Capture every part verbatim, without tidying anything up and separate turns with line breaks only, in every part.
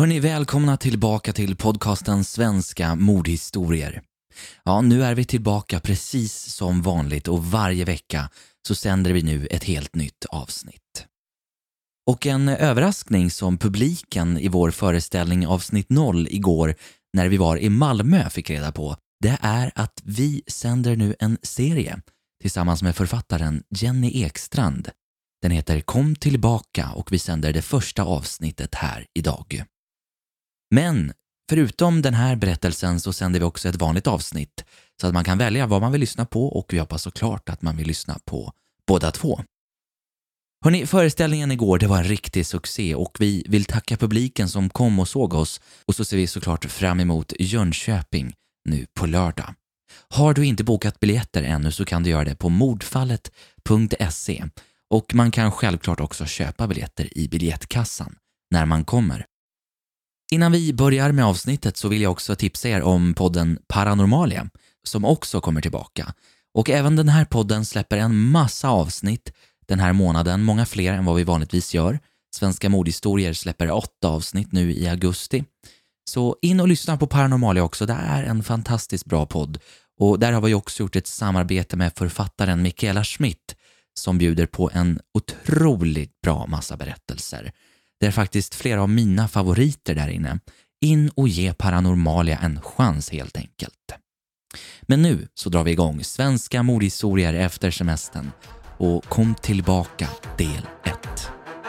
Hörrni, välkomna tillbaka till podcasten Svenska mordhistorier. Ja, nu är vi tillbaka precis som vanligt och varje vecka så sänder vi nu ett helt nytt avsnitt. Och en överraskning som publiken i vår föreställning avsnitt noll igår när vi var i Malmö fick reda på, det är att vi sänder nu en serie tillsammans med författaren Jenny Ekstrand. Den heter Kom tillbaka och vi sänder det första avsnittet här idag. Men förutom den här berättelsen så sänder vi också ett vanligt avsnitt så att man kan välja vad man vill lyssna på och vi hoppas såklart att man vill lyssna på båda två. Hörrni, föreställningen igår det var en riktig succé och vi vill tacka publiken som kom och såg oss och så ser vi såklart fram emot Jönköping nu på lördag. Har du inte bokat biljetter ännu så kan du göra det på mordfallet punkt se och man kan självklart också köpa biljetter i biljettkassan när man kommer. Innan vi börjar med avsnittet så vill jag också tipsa er om podden Paranormalia som också kommer tillbaka. Och även den här podden släpper en massa avsnitt den här månaden, många fler än vad vi vanligtvis gör. Svenska mordhistorier släpper åtta avsnitt nu i augusti. Så in och lyssna på Paranormalia också, det är en fantastiskt bra podd. Och där har vi också gjort ett samarbete med författaren Michaela Schmidt som bjuder på en otroligt bra massa berättelser. Det är faktiskt flera av mina favoriter där inne. In och ge Paranormalia en chans helt enkelt. Men nu så drar vi igång Svenska mordhistorier efter semestern och Kom tillbaka del ett.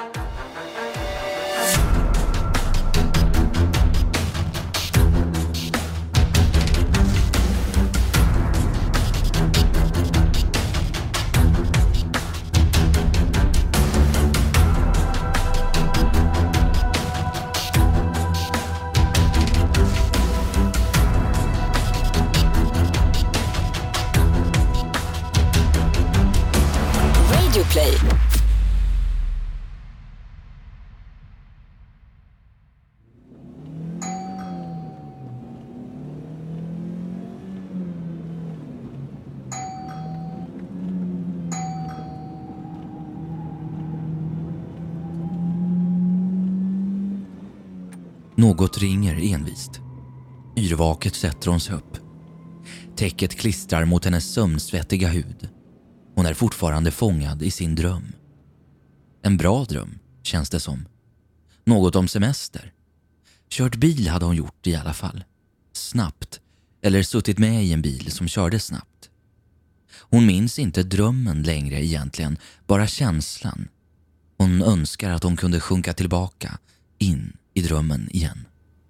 Play.
Något ringer envist. Yrvaket sätter hon sig upp. Täcket klistrar mot hennes sömnsvettiga hud. Hon är fortfarande fångad i sin dröm. En bra dröm, känns det som. Något om semester. Kört bil hade hon gjort i alla fall. Snabbt. Eller suttit med i en bil som körde snabbt. Hon minns inte drömmen längre egentligen, bara känslan. Hon önskar att hon kunde sjunka tillbaka, in i drömmen igen.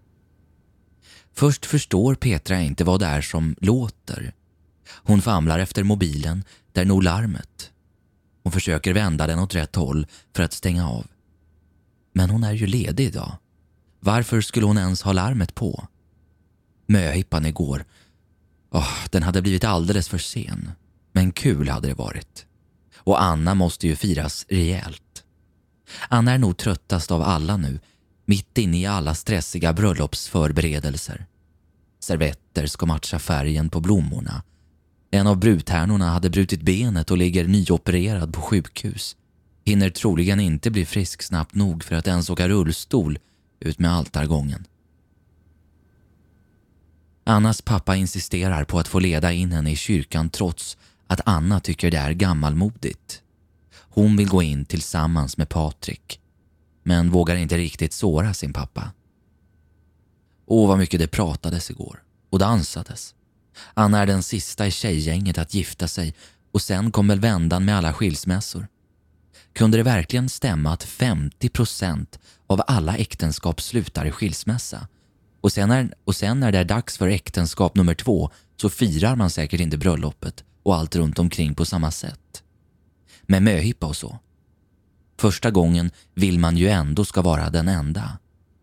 Först förstår Petra inte vad det är som låter. Hon famlar efter mobilen där når larmet. Hon försöker vända den åt rätt håll för att stänga av. Men hon är ju ledig idag. Varför skulle hon ens ha larmet på? Möhippan igår. Oh, den hade blivit alldeles för sen. Men kul hade det varit. Och Anna måste ju firas rejält. Anna är nog tröttast av alla nu. Mitt inne i alla stressiga bröllopsförberedelser. Servetter ska matcha färgen på blommorna. En av brudtärnorna hade brutit benet och ligger nyopererad på sjukhus. Hinner troligen inte bli frisk snabbt nog för att ens åka rullstol ut med altargången. Annas pappa insisterar på att få leda in henne i kyrkan trots att Anna tycker det är gammalmodigt. Hon vill gå in tillsammans med Patrik, men vågar inte riktigt såra sin pappa. Åh, vad mycket det pratades igår och dansades. Anna är den sista i tjejgänget att gifta sig och sen kom väl vändan med alla skilsmässor. Kunde det verkligen stämma att femtio procent av alla äktenskap slutar i skilsmässa? Och sen, är, och sen när det är dags för äktenskap nummer två så firar man säkert inte bröllopet och allt runt omkring på samma sätt. Med möhippa och så. Första gången vill man ju ändå ska vara den enda.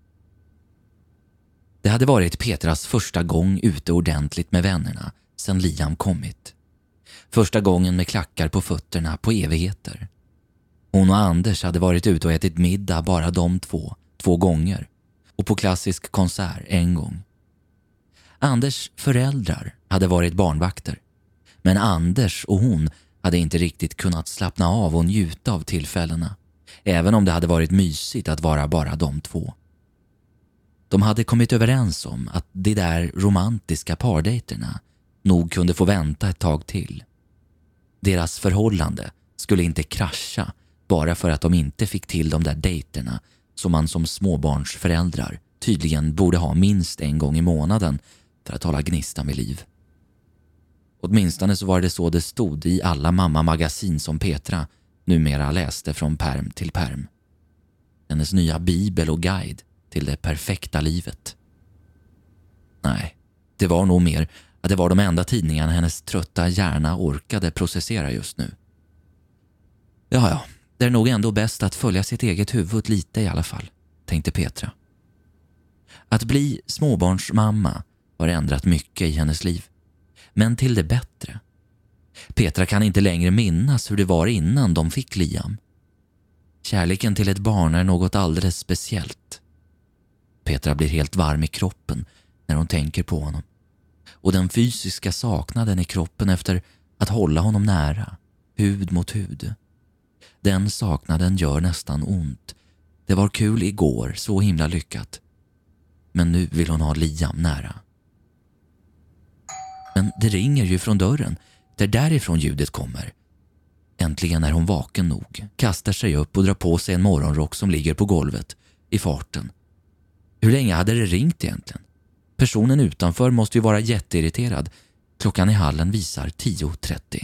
Det hade varit Petras första gång ute ordentligt med vännerna sedan Liam kommit. Första gången med klackar på fötterna på evigheter. Hon och Anders hade varit ute och ätit middag bara de två, två gånger. Och på klassisk konsert en gång. Anders föräldrar hade varit barnvakter. Men Anders och hon hade inte riktigt kunnat slappna av och njuta av tillfällena. Även om det hade varit mysigt att vara bara de två. De hade kommit överens om att de där romantiska pardejterna nog kunde få vänta ett tag till. Deras förhållande skulle inte krascha bara för att de inte fick till de där dejterna som man som småbarnsföräldrar tydligen borde ha minst en gång i månaden för att hålla gnistan vid liv. Åtminstone så var det så det stod i alla mamma-magasin som Petra numera läste från perm till perm. Hennes nya bibel och guide till det perfekta livet. Nej, det var nog mer att det var de enda tidningarna hennes trötta hjärna orkade processera just nu. Ja, ja, det är nog ändå bäst att följa sitt eget huvud lite i alla fall, tänkte Petra. Att bli småbarnsmamma har ändrat mycket i hennes liv, men till det bättre. Petra kan inte längre minnas hur det var innan de fick Liam. Kärleken till ett barn är något alldeles speciellt. Petra blir helt varm i kroppen när hon tänker på honom. Och den fysiska saknaden i kroppen efter att hålla honom nära, hud mot hud. Den saknaden gör nästan ont. Det var kul igår, så himla lyckat. Men nu vill hon ha Liam nära. Men det ringer ju från dörren, där därifrån ljudet kommer. Äntligen är hon vaken nog, kastar sig upp och drar på sig en morgonrock som ligger på golvet, i farten. Hur länge hade det ringt egentligen? Personen utanför måste ju vara jätteirriterad. Klockan i hallen visar tio trettio.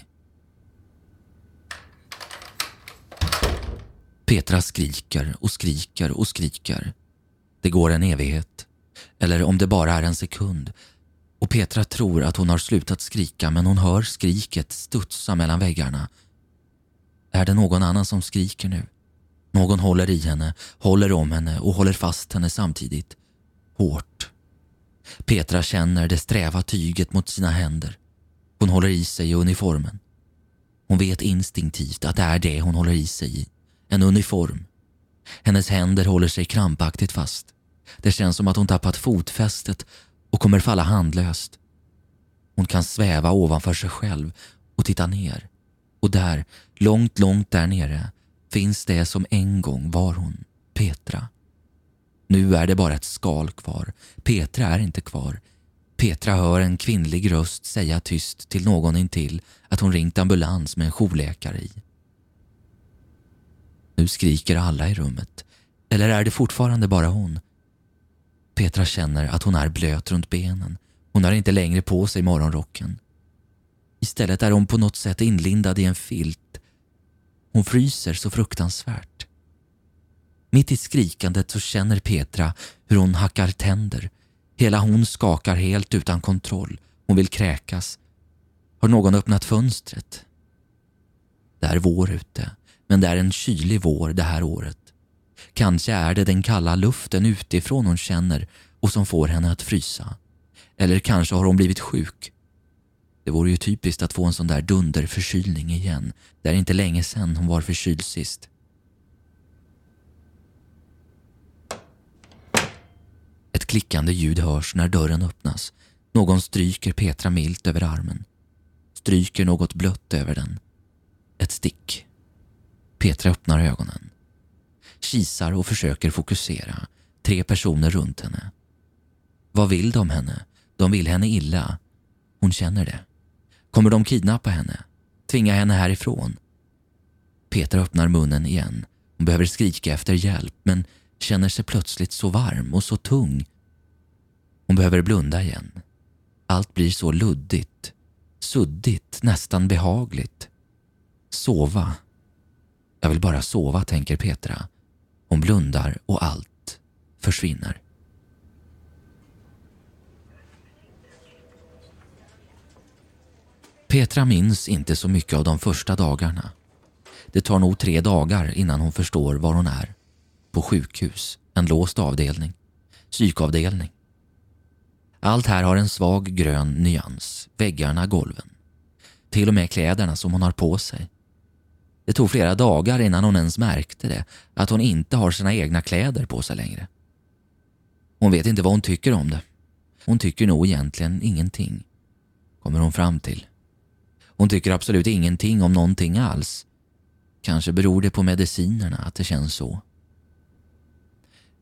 Petra skriker och skriker och skriker. Det går en evighet. Eller om det bara är en sekund. Och Petra tror att hon har slutat skrika, men hon hör skriket studsa mellan väggarna. Är det någon annan som skriker nu? Någon håller i henne, håller om henne och håller fast henne samtidigt. Hårt. Petra känner det sträva tyget mot sina händer. Hon håller i sig i uniformen. Hon vet instinktivt att det är det hon håller i sig i. En uniform. Hennes händer håller sig krampaktigt fast. Det känns som att hon tappat fotfästet och kommer falla handlöst. Hon kan sväva ovanför sig själv och titta ner. Och där, långt, långt där nere, finns det som en gång var hon, Petra. Nu är det bara ett skal kvar. Petra är inte kvar. Petra hör en kvinnlig röst säga tyst till någon intill att hon ringt ambulans med en jourläkare i. Nu skriker alla i rummet. Eller är det fortfarande bara hon? Petra känner att hon är blöt runt benen. Hon har inte längre på sig morgonrocken. Istället är hon på något sätt inlindad i en filt. Hon fryser så fruktansvärt. Mitt i skrikandet så känner Petra hur hon hackar tänder. Hela hon skakar helt utan kontroll. Hon vill kräkas. Har någon öppnat fönstret? Det är vår ute, men det är en kylig vår det här året. Kanske är det den kalla luften utifrån hon känner och som får henne att frysa. Eller kanske har hon blivit sjuk. Det vore ju typiskt att få en sån där dunderförkylning igen. Det är inte länge sedan hon var förkyld sist. Ett klickande ljud hörs när dörren öppnas. Någon stryker Petra milt över armen. Stryker något blött över den. Ett stick. Petra öppnar ögonen. Kisar och försöker fokusera. Tre personer runt henne. Vad vill de henne? De vill henne illa. Hon känner det. Kommer de kidnappa henne? Tvinga henne härifrån? Petra öppnar munnen igen. Hon behöver skrika efter hjälp, men känner sig plötsligt så varm och så tung. Hon behöver blunda igen. Allt blir så luddigt. Suddigt, nästan behagligt. Sova. Jag vill bara sova, tänker Petra. Hon blundar och allt försvinner. Petra minns inte så mycket av de första dagarna. Det tar nog tre dagar innan hon förstår var hon är. På sjukhus, en låst avdelning, psykavdelning. Allt här har en svag grön nyans, väggarna, golven. Till och med kläderna som hon har på sig. Det tog flera dagar innan hon ens märkte det, att hon inte har sina egna kläder på sig längre. Hon vet inte vad hon tycker om det. Hon tycker nog egentligen ingenting, kommer hon fram till. Hon tycker absolut ingenting om någonting alls. Kanske beror det på medicinerna att det känns så.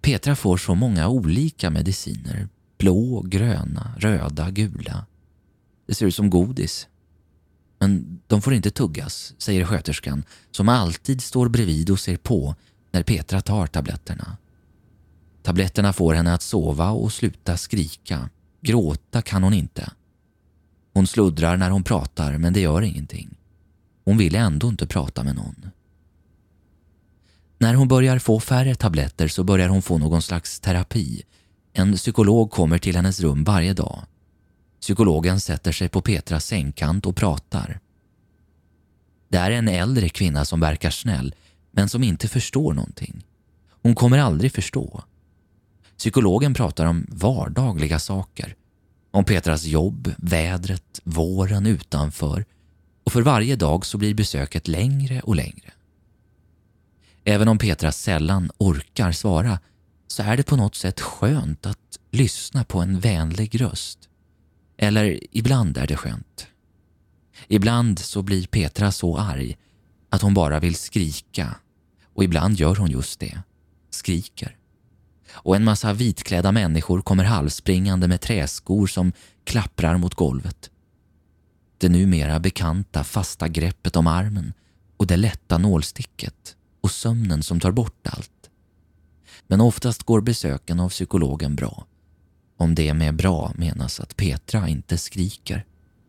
Petra får så många olika mediciner. Blå, gröna, röda, gula. Det ser ut som godis. Men de får inte tuggas, säger sköterskan som alltid står bredvid och ser på när Petra tar tabletterna. Tabletterna får henne att sova och sluta skrika. Gråta kan hon inte. Hon sluddrar när hon pratar, men det gör ingenting. Hon vill ändå inte prata med någon. När hon börjar få färre tabletter så börjar hon få någon slags terapi. En psykolog kommer till hennes rum varje dag. Psykologen sätter sig på Petras sängkant och pratar. Det är en äldre kvinna som verkar snäll, men som inte förstår någonting. Hon kommer aldrig förstå. Psykologen pratar om vardagliga saker. Om Petras jobb, vädret, våren utanför. Och för varje dag så blir besöket längre och längre. Även om Petra sällan orkar svara så är det på något sätt skönt att lyssna på en vänlig röst. Eller ibland är det skönt. Ibland så blir Petra så arg att hon bara vill skrika. Och ibland gör hon just det. Skriker. Och en massa vitklädda människor kommer halvspringande med träskor som klapprar mot golvet. Det numera bekanta fasta greppet om armen och det lätta nålsticket och sömnen som tar bort allt. Men oftast går besöken av psykologen bra. Om det med bra menas att Petra inte skriker.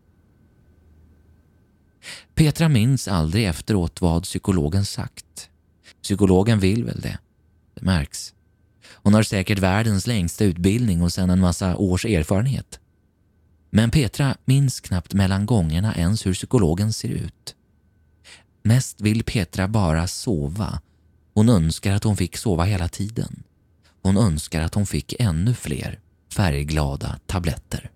Petra minns aldrig efteråt vad psykologen sagt. Psykologen vill väl det. Det märks. Hon har säkert världens längsta utbildning och sedan en massa års erfarenhet. Men Petra minns knappt mellan gångerna ens hur psykologen ser ut. Mest vill Petra bara sova. Hon önskar att hon fick sova hela tiden. Hon önskar att hon fick ännu fler färgglada tabletter.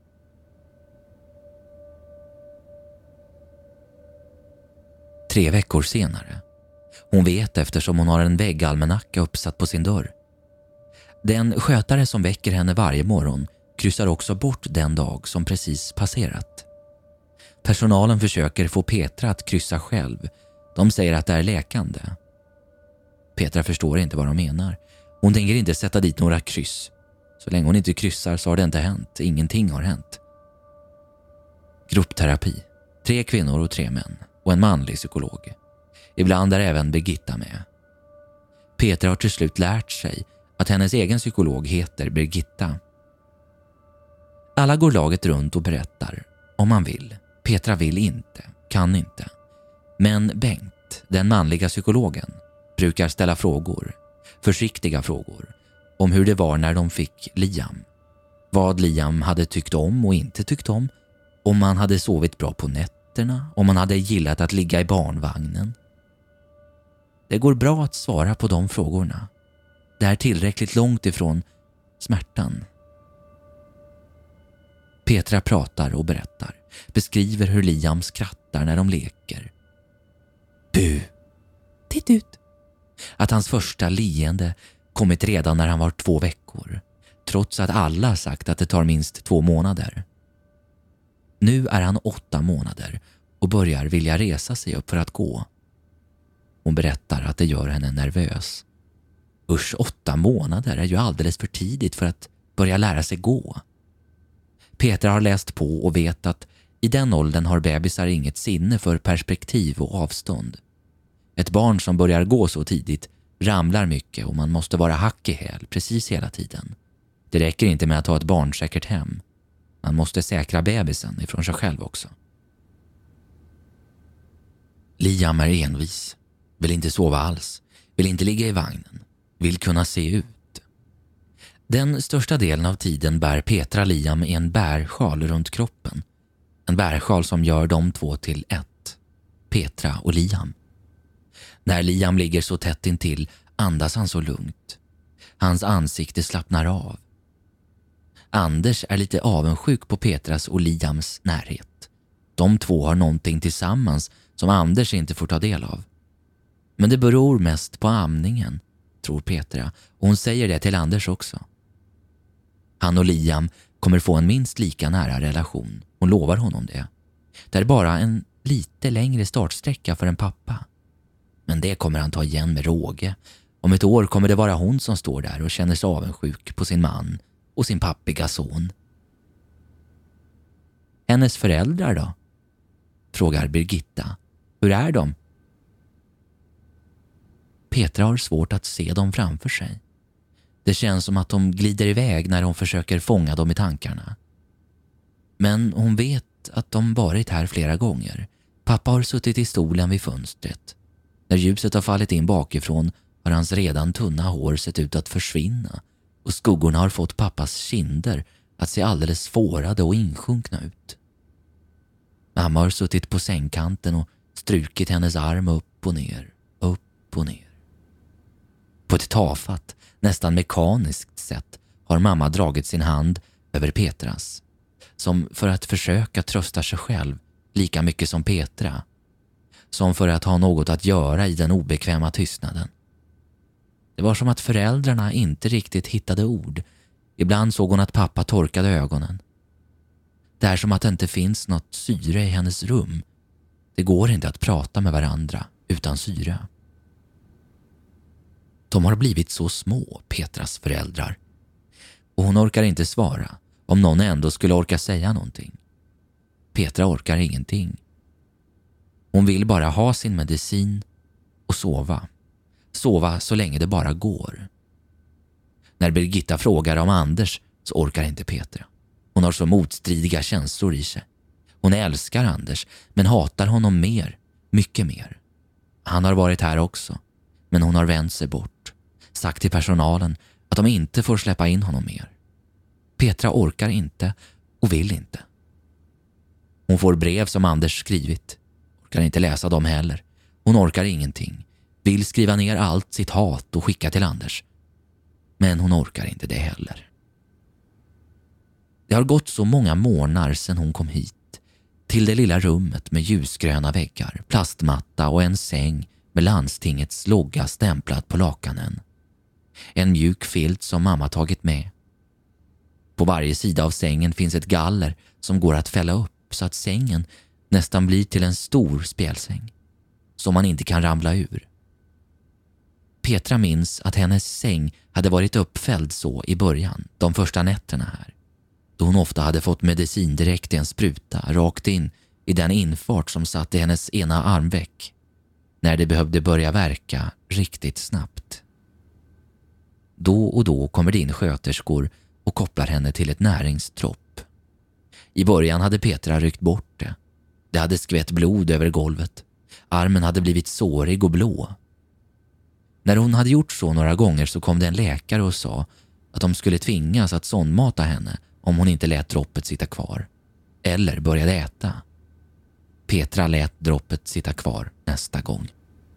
Tre veckor senare. Hon vet eftersom hon har en väggalmanacka uppsatt på sin dörr. Den skötare som väcker henne varje morgon kryssar också bort den dag som precis passerat. Personalen försöker få Petra att kryssa själv. De säger att det är läkande. Petra förstår inte vad de menar. Hon tänker inte sätta dit några kryss. Så länge hon inte kryssar så har det inte hänt. Ingenting har hänt. Gruppterapi. Tre kvinnor och tre män. Och en manlig psykolog. Ibland är även Birgitta med. Petra har till slut lärt sig att hennes egen psykolog heter Birgitta. Alla går laget runt och berättar om man vill. Petra vill inte, kan inte. Men Bengt, den manliga psykologen, brukar ställa frågor, försiktiga frågor, om hur det var när de fick Liam. Vad Liam hade tyckt om och inte tyckt om. Om man hade sovit bra på nätterna, om man hade gillat att ligga i barnvagnen. Det går bra att svara på de frågorna. Det är tillräckligt långt ifrån smärtan. Petra pratar och berättar, beskriver hur Liam skrattar när de leker. Bu! Titt ut! Att hans första leende kommit redan när han var två veckor, trots att alla sagt att det tar minst två månader. Nu är han åtta månader och börjar vilja resa sig upp för att gå. Hon berättar att det gör henne nervös. Usch, åtta månader är ju alldeles för tidigt för att börja lära sig gå. Petra har läst på och vet att i den åldern har bebisar inget sinne för perspektiv och avstånd. Ett barn som börjar gå så tidigt ramlar mycket och man måste vara hack i häl precis hela tiden. Det räcker inte med att ha ett barnsäkert hem. Man måste säkra bebisen ifrån sig själv också. Liam är envis. Vill inte sova alls. Vill inte ligga i vagnen. Vill kunna se ut. Den största delen av tiden bär Petra Liam i en bärsjal runt kroppen. En bärsjal som gör de två till ett. Petra och Liam. När Liam ligger så tätt intill andas han så lugnt. Hans ansikte slappnar av. Anders är lite avundsjuk på Petras och Liams närhet. De två har någonting tillsammans som Anders inte får ta del av. Men det beror mest på amningen, tror Petra, och hon säger det till Anders också. Han och Liam kommer få en minst lika nära relation, hon lovar honom det. Det är bara en lite längre startsträcka för en pappa. Men det kommer han ta igen med råge Om ett år kommer det vara hon som står där och känner sig avundsjuk på sin man och sin pappiga son. Hennes föräldrar då? Frågar Birgitta. Hur är de? Petra har svårt att se dem framför sig. Det känns som att de glider iväg när hon försöker fånga dem i tankarna. Men hon vet att de varit här flera gånger. Pappa har suttit i stolen vid fönstret. När ljuset har fallit in bakifrån har hans redan tunna hår sett ut att försvinna och skuggorna har fått pappas kinder att se alldeles fårade och insjunkna ut. Mamma har suttit på sängkanten och strukit hennes arm upp och ner, upp och ner. På ett tafatt, nästan mekaniskt sätt har mamma dragit sin hand över Petras, som för att försöka trösta sig själv lika mycket som Petra, som för att ha något att göra i den obekväma tystnaden. Det var som att föräldrarna inte riktigt hittade ord. Ibland såg hon att pappa torkade ögonen. Det är som att det inte finns något syre i hennes rum. Det går inte att prata med varandra utan syre. De har blivit så små, Petras föräldrar. Och hon orkar inte svara om någon ändå skulle orka säga någonting. Petra orkar ingenting. Hon vill bara ha sin medicin och sova. Sova så länge det bara går. När Birgitta frågar om Anders så orkar inte Petra. Hon har så motstridiga känslor i sig. Hon älskar Anders men hatar honom mer, mycket mer. Han har varit här också, men hon har vänt sig bort. Sagt till personalen att de inte får släppa in honom mer. Petra orkar inte och vill inte. Hon får brev som Anders skrivit. Orkar inte läsa dem heller. Hon orkar ingenting. Vill skriva ner allt sitt hat och skicka till Anders. Men hon orkar inte det heller. Det har gått så många månader sedan hon kom hit. Till det lilla rummet med ljusgröna väggar, plastmatta och en säng med landstingets logga stämplat på lakanen. En mjuk filt som mamma tagit med. På varje sida av sängen finns ett galler som går att fälla upp så att sängen nästan blir till en stor spelsäng som man inte kan ramla ur. Petra minns att hennes säng hade varit uppfälld så i början, de första nätterna här. Då hon ofta hade fått medicin direkt i en spruta rakt in i den infart som satt i hennes ena armveck. När det behövde börja verka riktigt snabbt. Då och då kommer det in sköterskor och kopplar henne till ett näringstropp. I början hade Petra ryckt bort det. Det hade skvätt blod över golvet. Armen hade blivit sårig och blå. När hon hade gjort så några gånger så kom det en läkare och sa att de skulle tvingas att sondmata henne om hon inte lät droppet sitta kvar. Eller började äta. Petra lät droppet sitta kvar nästa gång.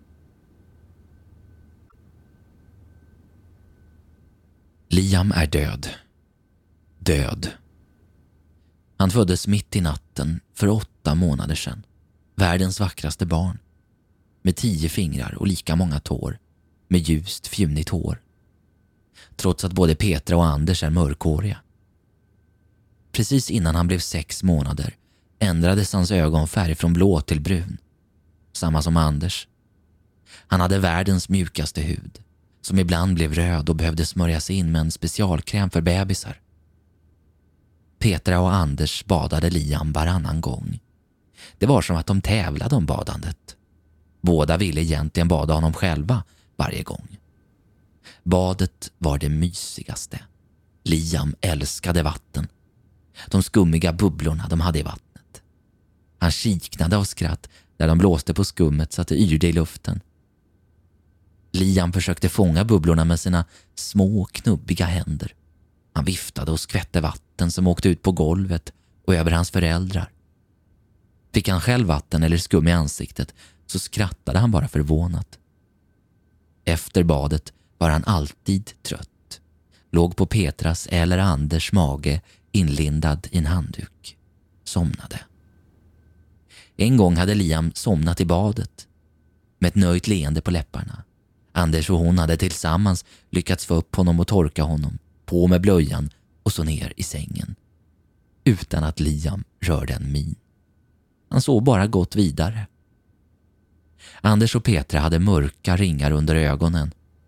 Liam är död. Död. Han föddes mitt i natten för åtta månader sedan. Världens vackraste barn. Med tio fingrar och lika många tår. Med ljust fjunigt hår. Trots att både Petra och Anders är mörkhåriga. Precis innan han blev sex månader ändrades hans ögonfärg från blå till brun. Samma som Anders. Han hade världens mjukaste hud. Som ibland blev röd och behövde smörjas in med en specialkräm för bebisar. Petra och Anders badade Liam varannan gång. Det var som att de tävlade om badandet. Båda ville egentligen bada honom själva varje gång. Badet var det mysigaste. Liam älskade vatten. De skummiga bubblorna de hade i vattnet. Han kiknade av skratt när de blåste på skummet så att det yrde i luften. Liam försökte fånga bubblorna med sina små knubbiga händer. Han viftade och skvätte vatten som åkte ut på golvet och över hans föräldrar. Fick han själv vatten eller skum i ansiktet så skrattade han bara förvånat. Efter badet var han alltid trött. Låg på Petras eller Anders mage inlindad i en handduk. Somnade. En gång hade Liam somnat i badet med ett nöjt leende på läpparna. Anders och hon hade tillsammans lyckats få upp honom och torka honom, på med blöjan och så ner i sängen. Utan att Liam rörde en min. Han såg bara gått vidare. Anders och Petra hade mörka ringar under ögonen.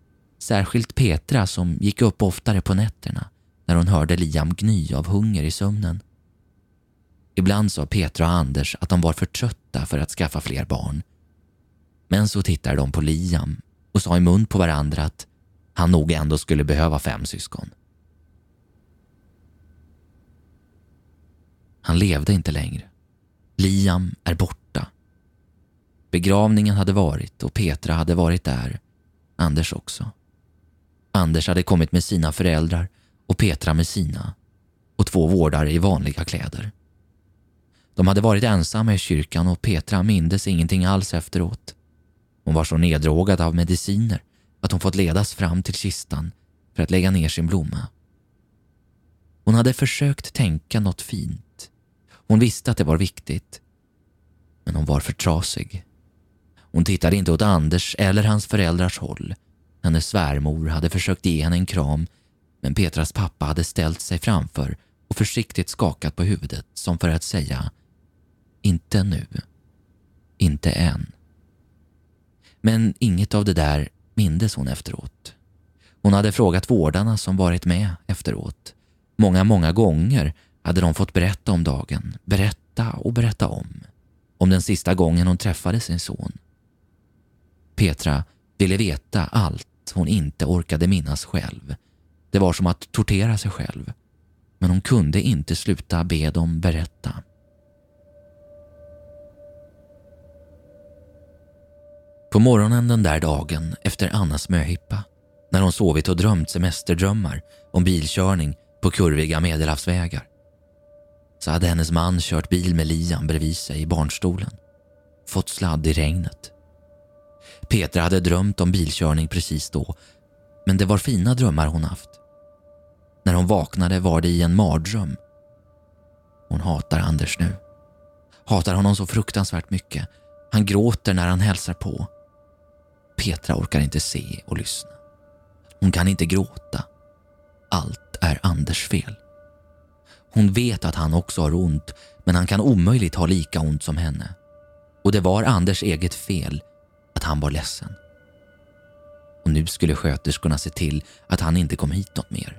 Särskilt Petra som gick upp oftare på nätterna när hon hörde Liam gny av hunger i sömnen. Ibland sa Petra och Anders att de var för trötta för att skaffa fler barn. Men så tittade de på Liam och sa i mun på varandra att han nog ändå skulle behöva fem syskon. Han levde inte längre. Liam är borta. Begravningen hade varit och Petra hade varit där. Anders också. Anders hade kommit med sina föräldrar och Petra med sina och två vårdare i vanliga kläder. De hade varit ensamma i kyrkan och Petra mindes ingenting alls efteråt. Hon var så neddrogad av mediciner att hon fått ledas fram till kistan för att lägga ner sin blomma. Hon hade försökt tänka något fint. Hon visste att det var viktigt. Men hon var för trasig. Hon tittade inte åt Anders eller hans föräldrars håll. Hennes svärmor hade försökt ge henne en kram, men Petras pappa hade ställt sig framför och försiktigt skakat på huvudet som för att säga: inte nu. Inte än. Men inget av det där mindes hon efteråt. Hon hade frågat vårdarna som varit med efteråt. Många, många gånger hade de fått berätta om dagen. Berätta och berätta om. Om den sista gången hon träffade sin son. Petra ville veta allt hon inte orkade minnas själv. Det var som att tortera sig själv. Men hon kunde inte sluta be dem berätta. På morgonen den där dagen efter Annas möhippa, när hon sovit och drömt semesterdrömmar om bilkörning på kurviga medelhavsvägar, så hade hennes man kört bil med Liam bredvid sig i barnstolen. Fått sladd i regnet. Petra hade drömt om bilkörning precis då, men det var fina drömmar hon haft. När hon vaknade var det i en mardröm. Hon hatar Anders nu. Hatar honom så fruktansvärt mycket. Han gråter när han hälsar på. Petra orkar inte se och lyssna. Hon kan inte gråta. Allt är Anders fel. Hon vet att han också har ont, men han kan omöjligt ha lika ont som henne. Och det var Anders eget fel att han var ledsen. Och nu skulle sköterskorna se till att han inte kom hit något mer.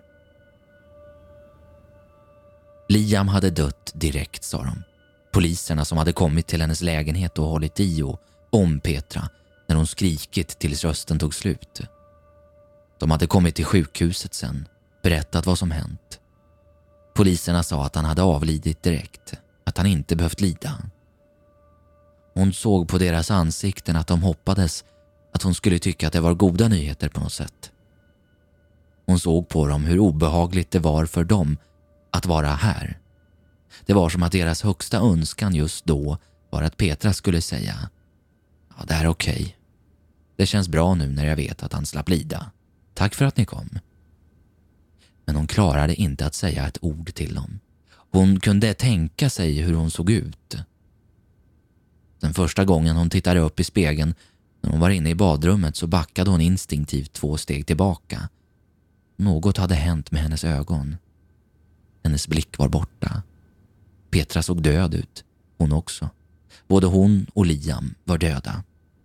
Liam hade dött direkt, sa de. Poliserna som hade kommit till hennes lägenhet och hållit i och om Petra när hon skrikit tills rösten tog slut. De hade kommit till sjukhuset sen, berättat vad som hänt. Poliserna sa att han hade avlidit direkt, att han inte behövt lida. Hon såg på deras ansikten att de hoppades att hon skulle tycka att det var goda nyheter på något sätt. Hon såg på dem hur obehagligt det var för dem att vara här. Det var som att deras högsta önskan just då var att Petra skulle säga: ja, det är okej. Det känns bra nu när jag vet att han slapp lida. Tack för att ni kom. Men hon klarade inte att säga ett ord till dem. Hon kunde tänka sig hur hon såg ut. Den första gången hon tittade upp i spegeln när hon var inne i badrummet så backade hon instinktivt två steg tillbaka. Något hade hänt med hennes ögon. Hennes blick var borta. Petra såg död ut, hon också. Både hon och Liam var döda.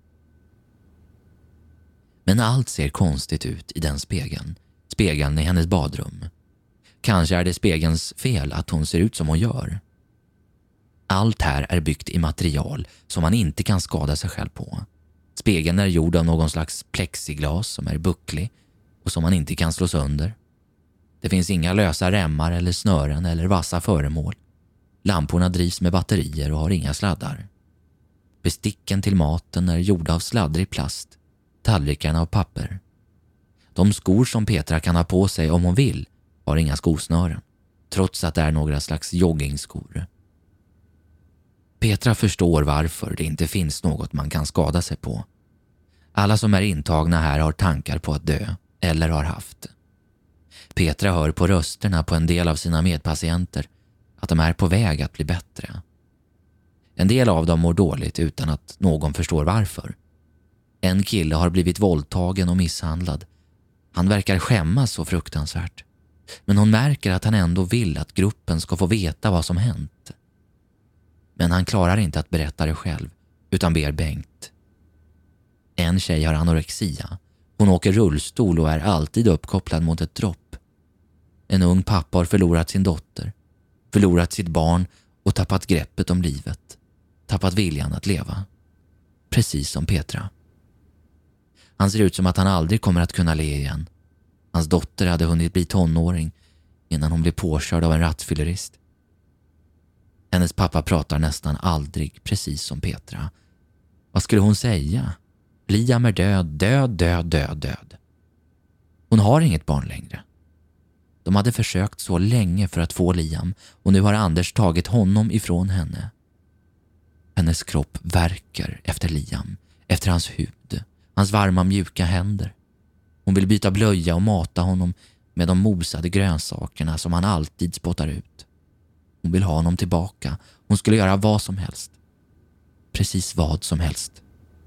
Men allt ser konstigt ut i den spegeln. Spegeln i hennes badrum. Kanske är det spegelns fel att hon ser ut som hon gör. Allt här är byggt i material som man inte kan skada sig själv på. Spegeln är gjord av någon slags plexiglas som är bucklig och som man inte kan slå sönder. Det finns inga lösa remmar eller snören eller vassa föremål. Lamporna drivs med batterier och har inga sladdar. Besticken till maten är gjorda av sladdrig plast, tallrikarna av papper. De skor som Petra kan ha på sig om hon vill har inga skosnören, trots att det är några slags joggingskor. Petra förstår varför det inte finns något man kan skada sig på. Alla som är intagna här har tankar på att dö, eller har haft. Petra hör på rösterna på en del av sina medpatienter att de är på väg att bli bättre. En del av dem mår dåligt utan att någon förstår varför. En kille har blivit våldtagen och misshandlad. Han verkar skämmas så fruktansvärt. Men hon märker att han ändå vill att gruppen ska få veta vad som hänt. Men han klarar inte att berätta det själv, utan ber Bengt. En tjej har anorexia. Hon åker rullstol och är alltid uppkopplad mot ett dropp. En ung pappa har förlorat sin dotter, förlorat sitt barn och tappat greppet om livet, tappat viljan att leva. Precis som Petra. Han ser ut som att han aldrig kommer att kunna le igen. Hans dotter hade hunnit bli tonåring innan hon blev påkörd av en rattfyllerist. Hennes pappa pratar nästan aldrig, precis som Petra. Vad skulle hon säga? Liam är död, död, död, död, död. Hon har inget barn längre. De hade försökt så länge för att få Liam och nu har Anders tagit honom ifrån henne. Hennes kropp värker efter Liam, efter hans hud, hans varma mjuka händer. Hon vill byta blöja och mata honom med de mosade grönsakerna som han alltid spottar ut. Hon vill ha honom tillbaka. Hon skulle göra vad som helst. Precis vad som helst.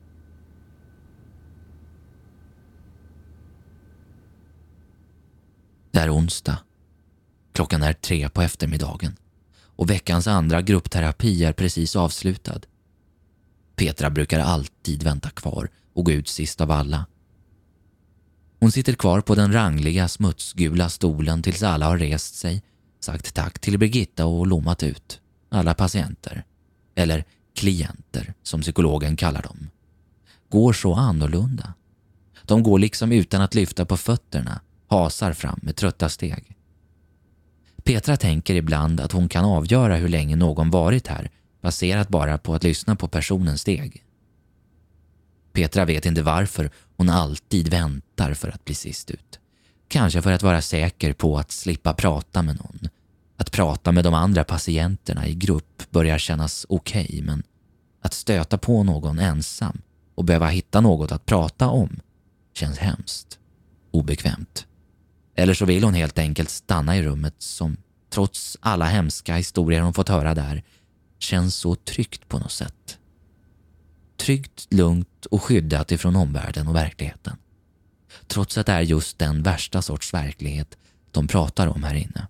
Det är onsdag. Klockan är tre på eftermiddagen och veckans andra gruppterapi är precis avslutad. Petra brukar alltid vänta kvar och gå ut sist av alla. Hon sitter kvar på den rangliga smutsgula stolen tills alla har rest sig, sagt tack till Birgitta och lommat ut. Alla patienter, eller klienter som psykologen kallar dem, går så annorlunda. De går liksom utan att lyfta på fötterna, hasar fram med trötta steg. Petra tänker ibland att hon kan avgöra hur länge någon varit här baserat bara på att lyssna på personens steg. Petra vet inte varför hon alltid väntar för att bli sist ut. Kanske för att vara säker på att slippa prata med någon. Att prata med de andra patienterna i grupp börjar kännas okej, okay, men att stöta på någon ensam och behöva hitta något att prata om känns hemskt, obekvämt. Eller så vill hon helt enkelt stanna i rummet som, trots alla hemska historier hon fått höra där, känns så tryggt på något sätt. Tryggt, lugnt och skyddat ifrån omvärlden och verkligheten. Trots att det är just den värsta sorts verklighet de pratar om här inne.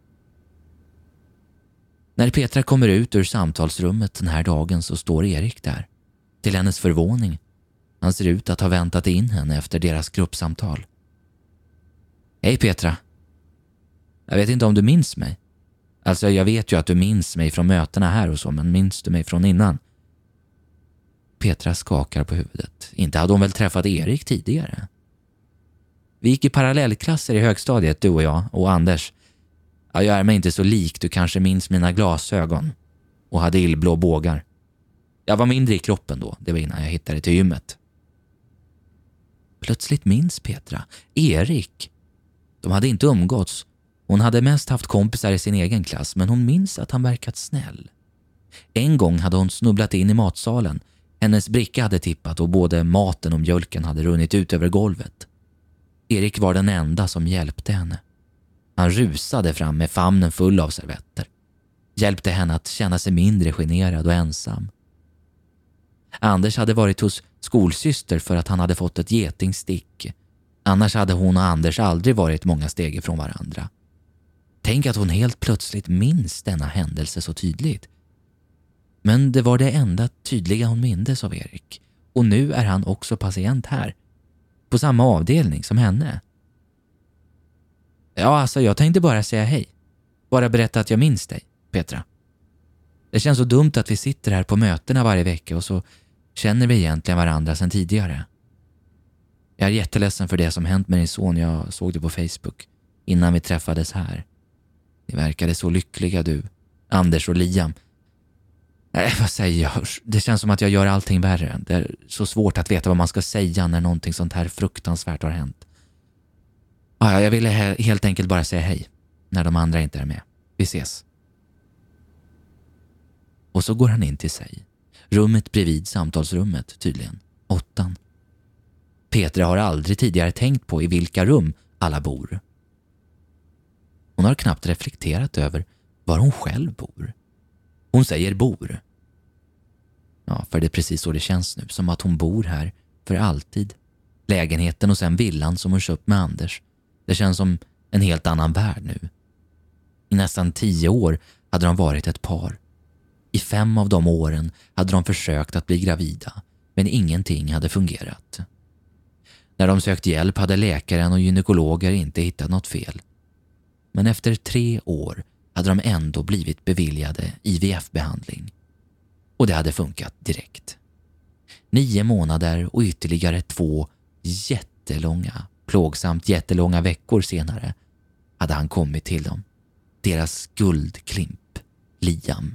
När Petra kommer ut ur samtalsrummet den här dagen så står Erik där. Till hennes förvåning. Han ser ut att ha väntat in henne efter deras gruppsamtal. Hej Petra. Jag vet inte om du minns mig. Alltså jag vet ju att du minns mig från mötena här och så, men minns du mig från innan? Petra skakar på huvudet. Inte hade hon väl träffat Erik tidigare? Vi gick i parallellklasser i högstadiet, du och jag och Anders. Jag är mig inte så lik, du kanske minns mina glasögon. Och hade illblå bågar. Jag var mindre i kroppen då, det var innan jag hittade till gymmet. Plötsligt minns Petra. Erik. De hade inte umgåtts. Hon hade mest haft kompisar i sin egen klass, men hon minns att han verkat snäll. En gång hade hon snubblat in i matsalen. Hennes bricka hade tippat och både maten och mjölken hade runnit ut över golvet. Erik var den enda som hjälpte henne. Han rusade fram med famnen full av servetter. Hjälpte henne att känna sig mindre generad och ensam. Anders hade varit hos skolsyster för att han hade fått ett getingstick. Annars hade hon och Anders aldrig varit många steg ifrån varandra. Tänk att hon helt plötsligt minns denna händelse så tydligt. Men det var det enda tydliga hon mindes av Erik. Och nu är han också patient här. På samma avdelning som henne. Ja, alltså jag tänkte bara säga hej. Bara berätta att jag minns dig, Petra. Det känns så dumt att vi sitter här på mötena varje vecka och så känner vi egentligen varandra sedan tidigare. Jag är jätteledsen för det som hänt med din son. Jag såg det på Facebook innan vi träffades här. Ni verkade så lyckliga du, Anders och Liam. Nej, vad säger jag? Det känns som att jag gör allting värre. Det är så svårt att veta vad man ska säga när någonting sånt här fruktansvärt har hänt. Ja, jag ville he- helt enkelt bara säga hej när de andra inte är med. Vi ses. Och så går han in till sig. Rummet bredvid samtalsrummet, tydligen. Åttan. Petra har aldrig tidigare tänkt på i vilka rum alla bor. Hon har knappt reflekterat över var hon själv bor. Hon säger bor. Ja, för det är precis så det känns nu. Som att hon bor här för alltid. Lägenheten och sen villan som hon köpt med Anders. Det känns som en helt annan värld nu. I nästan tio år hade de varit ett par. I fem av de åren hade de försökt att bli gravida. Men ingenting hade fungerat. När de sökt hjälp hade läkaren och gynekologer inte hittat något fel. Men efter tre år hade de ändå blivit beviljade I V F-behandling. Och det hade funkat direkt. Nio månader och ytterligare två jättelånga, plågsamt jättelånga veckor senare hade han kommit till dem. Deras guldklimp, Liam.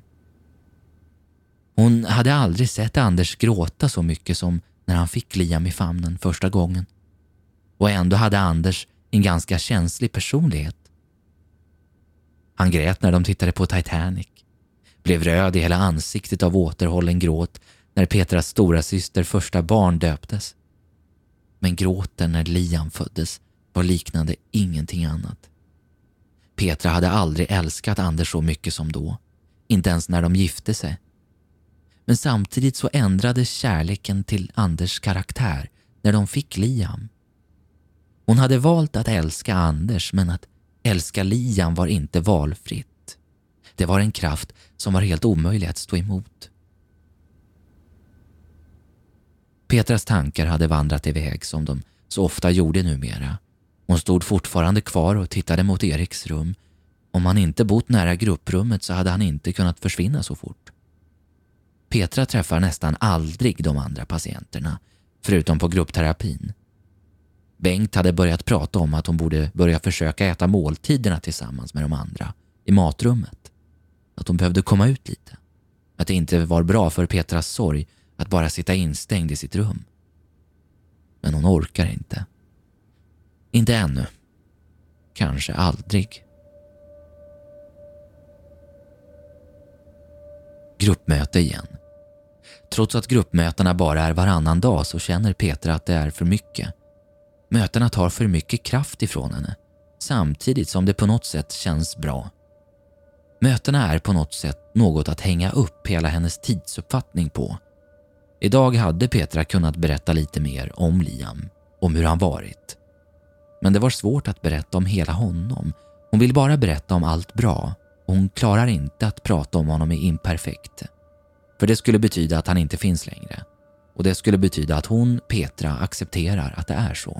Hon hade aldrig sett Anders gråta så mycket som när han fick Liam i famnen första gången. Och ändå hade Anders en ganska känslig personlighet. Han grät när de tittade på Titanic. Blev röd i hela ansiktet av återhållen gråt när Petras stora syster första barn döptes. Men gråten när Liam föddes var liknande ingenting annat. Petra hade aldrig älskat Anders så mycket som då. Inte ens när de gifte sig. Men samtidigt så ändrades kärleken till Anders karaktär när de fick Liam. Hon hade valt att älska Anders, men att älska Liam var inte valfritt. Det var en kraft som var helt omöjlig att stå emot. Petras tankar hade vandrat iväg som de så ofta gjorde numera. Hon stod fortfarande kvar och tittade mot Eriks rum. Om han inte bott nära grupprummet så hade han inte kunnat försvinna så fort. Petra träffar nästan aldrig de andra patienterna, förutom på gruppterapin. Bengt hade börjat prata om att hon borde börja försöka äta måltiderna tillsammans med de andra i matrummet. Att hon behövde komma ut lite. Att det inte var bra för Petras sorg att bara sitta instängd i sitt rum. Men hon orkar inte. Inte ännu. Kanske aldrig. Gruppmöte igen. Trots att gruppmötena bara är varannan dag så känner Petra att det är för mycket. Mötena tar för mycket kraft ifrån henne, samtidigt som det på något sätt känns bra. Mötena är på något sätt något att hänga upp hela hennes tidsuppfattning på. Idag hade Petra kunnat berätta lite mer om Liam, om hur han varit. Men det var svårt att berätta om hela honom. Hon vill bara berätta om allt bra och hon klarar inte att prata om honom är imperfekt. För det skulle betyda att han inte finns längre. Och det skulle betyda att hon, Petra, accepterar att det är så.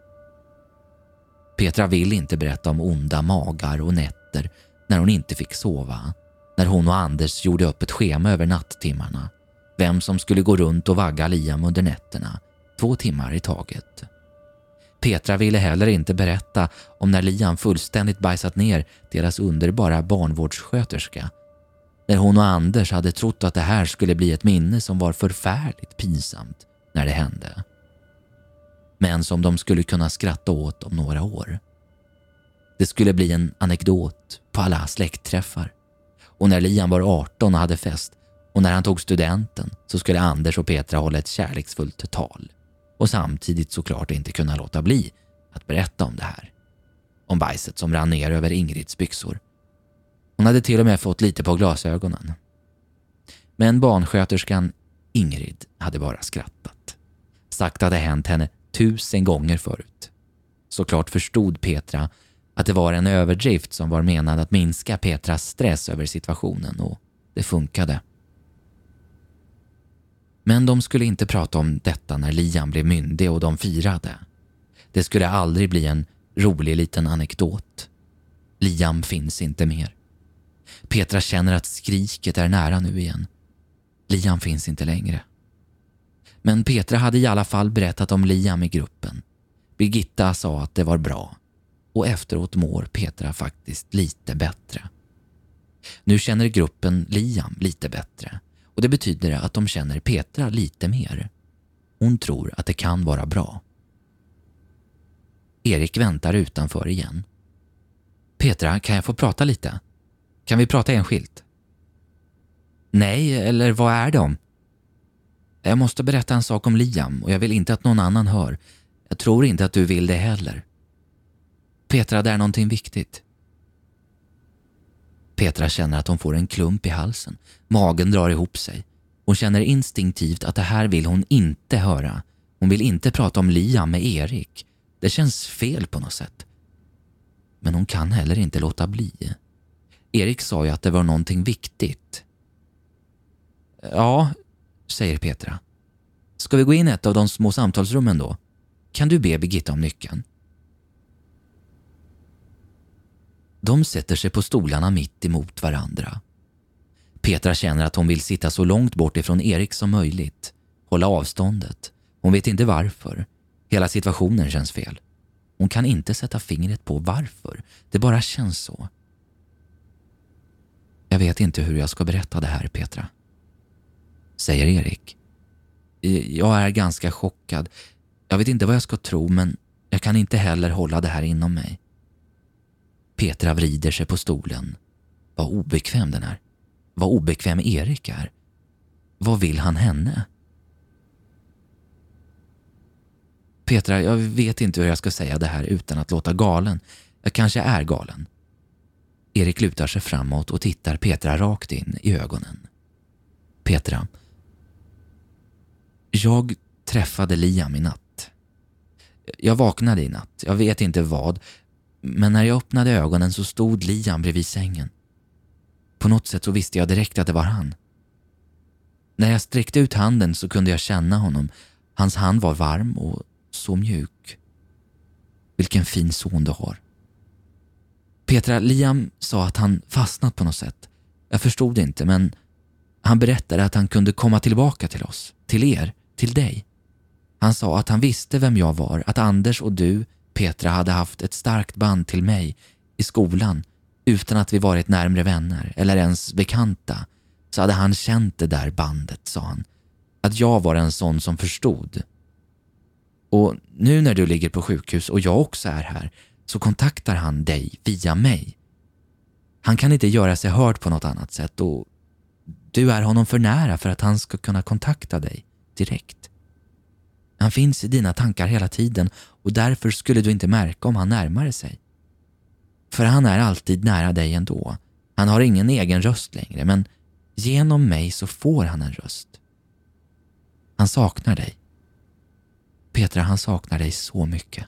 Petra vill inte berätta om onda magar och nätter när hon inte fick sova. När hon och Anders gjorde upp ett schema över natttimmarna. Vem som skulle gå runt och vagga Liam under nätterna. Två timmar i taget. Petra ville heller inte berätta om när Liam fullständigt bajsat ner deras underbara barnvårdssköterska. När hon och Anders hade trott att det här skulle bli ett minne som var förfärligt pinsamt när det hände. Men som de skulle kunna skratta åt om några år. Det skulle bli en anekdot på alla släktträffar. Och när Liam var arton och hade fest och när han tog studenten så skulle Anders och Petra hålla ett kärleksfullt tal. Och samtidigt såklart inte kunna låta bli att berätta om det här. Om bajset som rann ner över Ingrids byxor. Hon hade till och med fått lite på glasögonen. Men barnsköterskan Ingrid hade bara skrattat. Sagt att det hänt henne tusen gånger förut. Såklart förstod Petra att det var en överdrift som var menad att minska Petras stress över situationen och det funkade. Men de skulle inte prata om detta när Liam blev myndig och de firade. Det skulle aldrig bli en rolig liten anekdot. Liam finns inte mer. Petra känner att skriket är nära nu igen. Liam finns inte längre. Men Petra hade i alla fall berättat om Liam i gruppen. Birgitta sa att det var bra. Och efteråt mår Petra faktiskt lite bättre. Nu känner gruppen Liam lite bättre. Och det betyder att de känner Petra lite mer. Hon tror att det kan vara bra. Erik väntar utanför igen. Petra, kan jag få prata lite? Kan vi prata enskilt? Nej, eller vad är det om? Jag måste berätta en sak om Liam och jag vill inte att någon annan hör. Jag tror inte att du vill det heller. Petra, det är någonting viktigt. Petra känner att hon får en klump i halsen. Magen drar ihop sig. Hon känner instinktivt att det här vill hon inte höra. Hon vill inte prata om Liam med Erik. Det känns fel på något sätt. Men hon kan heller inte låta bli. Erik sa ju att det var någonting viktigt. Ja, säger Petra. Ska vi gå in i ett av de små samtalsrummen då? kan du be Birgitta om nyckeln? De sätter sig på stolarna mitt emot varandra. Petra känner att hon vill sitta så långt bort ifrån Erik som möjligt. Hålla avståndet. Hon vet inte varför. Hela situationen känns fel. Hon kan inte sätta fingret på varför. Det bara känns så. Jag vet inte hur jag ska berätta det här, Petra, säger Erik. Jag är ganska chockad. Jag vet inte vad jag ska tro, men jag kan inte heller hålla det här inom mig. Petra vrider sig på stolen. Vad obekväm den är. Vad obekväm Erik är. Vad vill han henne? Petra, jag vet inte hur jag ska säga det här utan att låta galen. Jag kanske är galen. Erik lutar sig framåt och tittar Petra rakt in i ögonen. Petra. Jag träffade Liam i natt. Jag vaknade i natt. Jag vet inte vad. Men när jag öppnade ögonen så stod Liam bredvid sängen. På något sätt så visste jag direkt att det var han. När jag sträckte ut handen så kunde jag känna honom. Hans hand var varm och så mjuk. Vilken fin son du har. Petra, Liam sa att han fastnat på något sätt. Jag förstod inte, men han berättade att han kunde komma tillbaka till oss. Till er, till dig. Han sa att han visste vem jag var. Att Anders och du, Petra, hade haft ett starkt band till mig i skolan. Utan att vi varit närmare vänner eller ens bekanta. Så hade han känt det där bandet, sa han. Att jag var en sån som förstod. Och nu när du ligger på sjukhus och jag också är här, så kontaktar han dig via mig. Han kan inte göra sig hörd på något annat sätt och du är honom för nära för att han ska kunna kontakta dig direkt. Han finns i dina tankar hela tiden och därför skulle du inte märka om han närmade sig. För han är alltid nära dig ändå. Han har ingen egen röst längre, men genom mig så får han en röst. Han saknar dig. Petra, han saknar dig så mycket.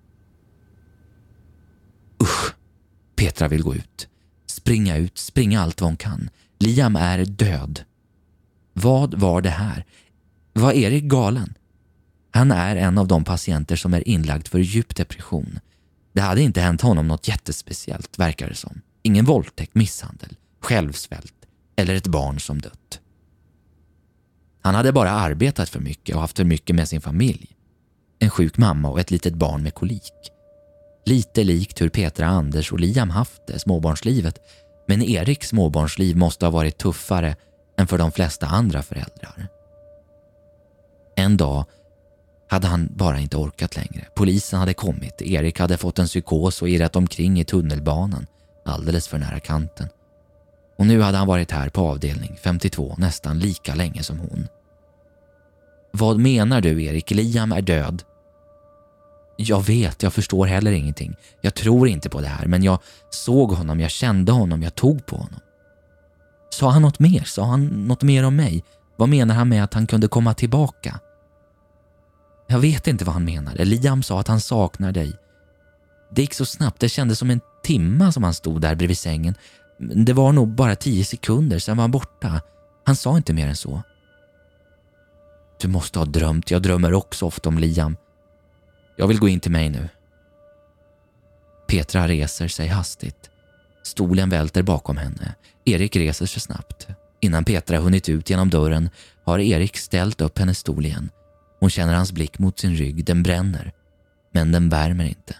Usch, Petra vill gå ut. Springa ut, springa allt vad hon kan. Liam är död. Vad var det här? Var Erik galen? Han är en av de patienter som är inlagd för djup depression. Det hade inte hänt honom något jättespeciellt, verkar det som. Ingen våldtäkt, misshandel, självsvält eller ett barn som dött. Han hade bara arbetat för mycket och haft för mycket med sin familj. En sjuk mamma och ett litet barn med kolik. Lite likt hur Petra, Anders och Liam haft det, småbarnslivet. Men Eriks småbarnsliv måste ha varit tuffare än för de flesta andra föräldrar. En dag hade han bara inte orkat längre. Polisen hade kommit. Erik hade fått en psykos och irrat omkring i tunnelbanan, alldeles för nära kanten. Och nu hade han varit här på avdelning femtiotvå nästan lika länge som hon. Vad menar du, Erik? Liam är död. Jag vet, jag förstår heller ingenting. Jag tror inte på det här, men jag såg honom, jag kände honom, jag tog på honom. Sa han något mer? Sa han något mer om mig? Vad menar han med att han kunde komma tillbaka? Jag vet inte vad han menade. Liam sa att han saknar dig. Det gick så snabbt, det kändes som en timma som han stod där bredvid sängen. Det var nog bara tio sekunder, sen var han borta. Han sa inte mer än så. Du måste ha drömt, jag drömmer också ofta om Liam. Jag vill gå in till mig nu. Petra reser sig hastigt. Stolen välter bakom henne. Erik reser sig snabbt. Innan Petra hunnit ut genom dörren har Erik ställt upp hennes stol igen. Hon känner hans blick mot sin rygg. Den bränner, men den värmer inte.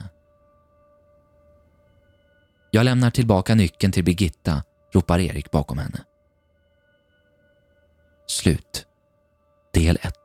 Jag lämnar tillbaka nyckeln till Birgitta, ropar Erik bakom henne. Slut. Del ett.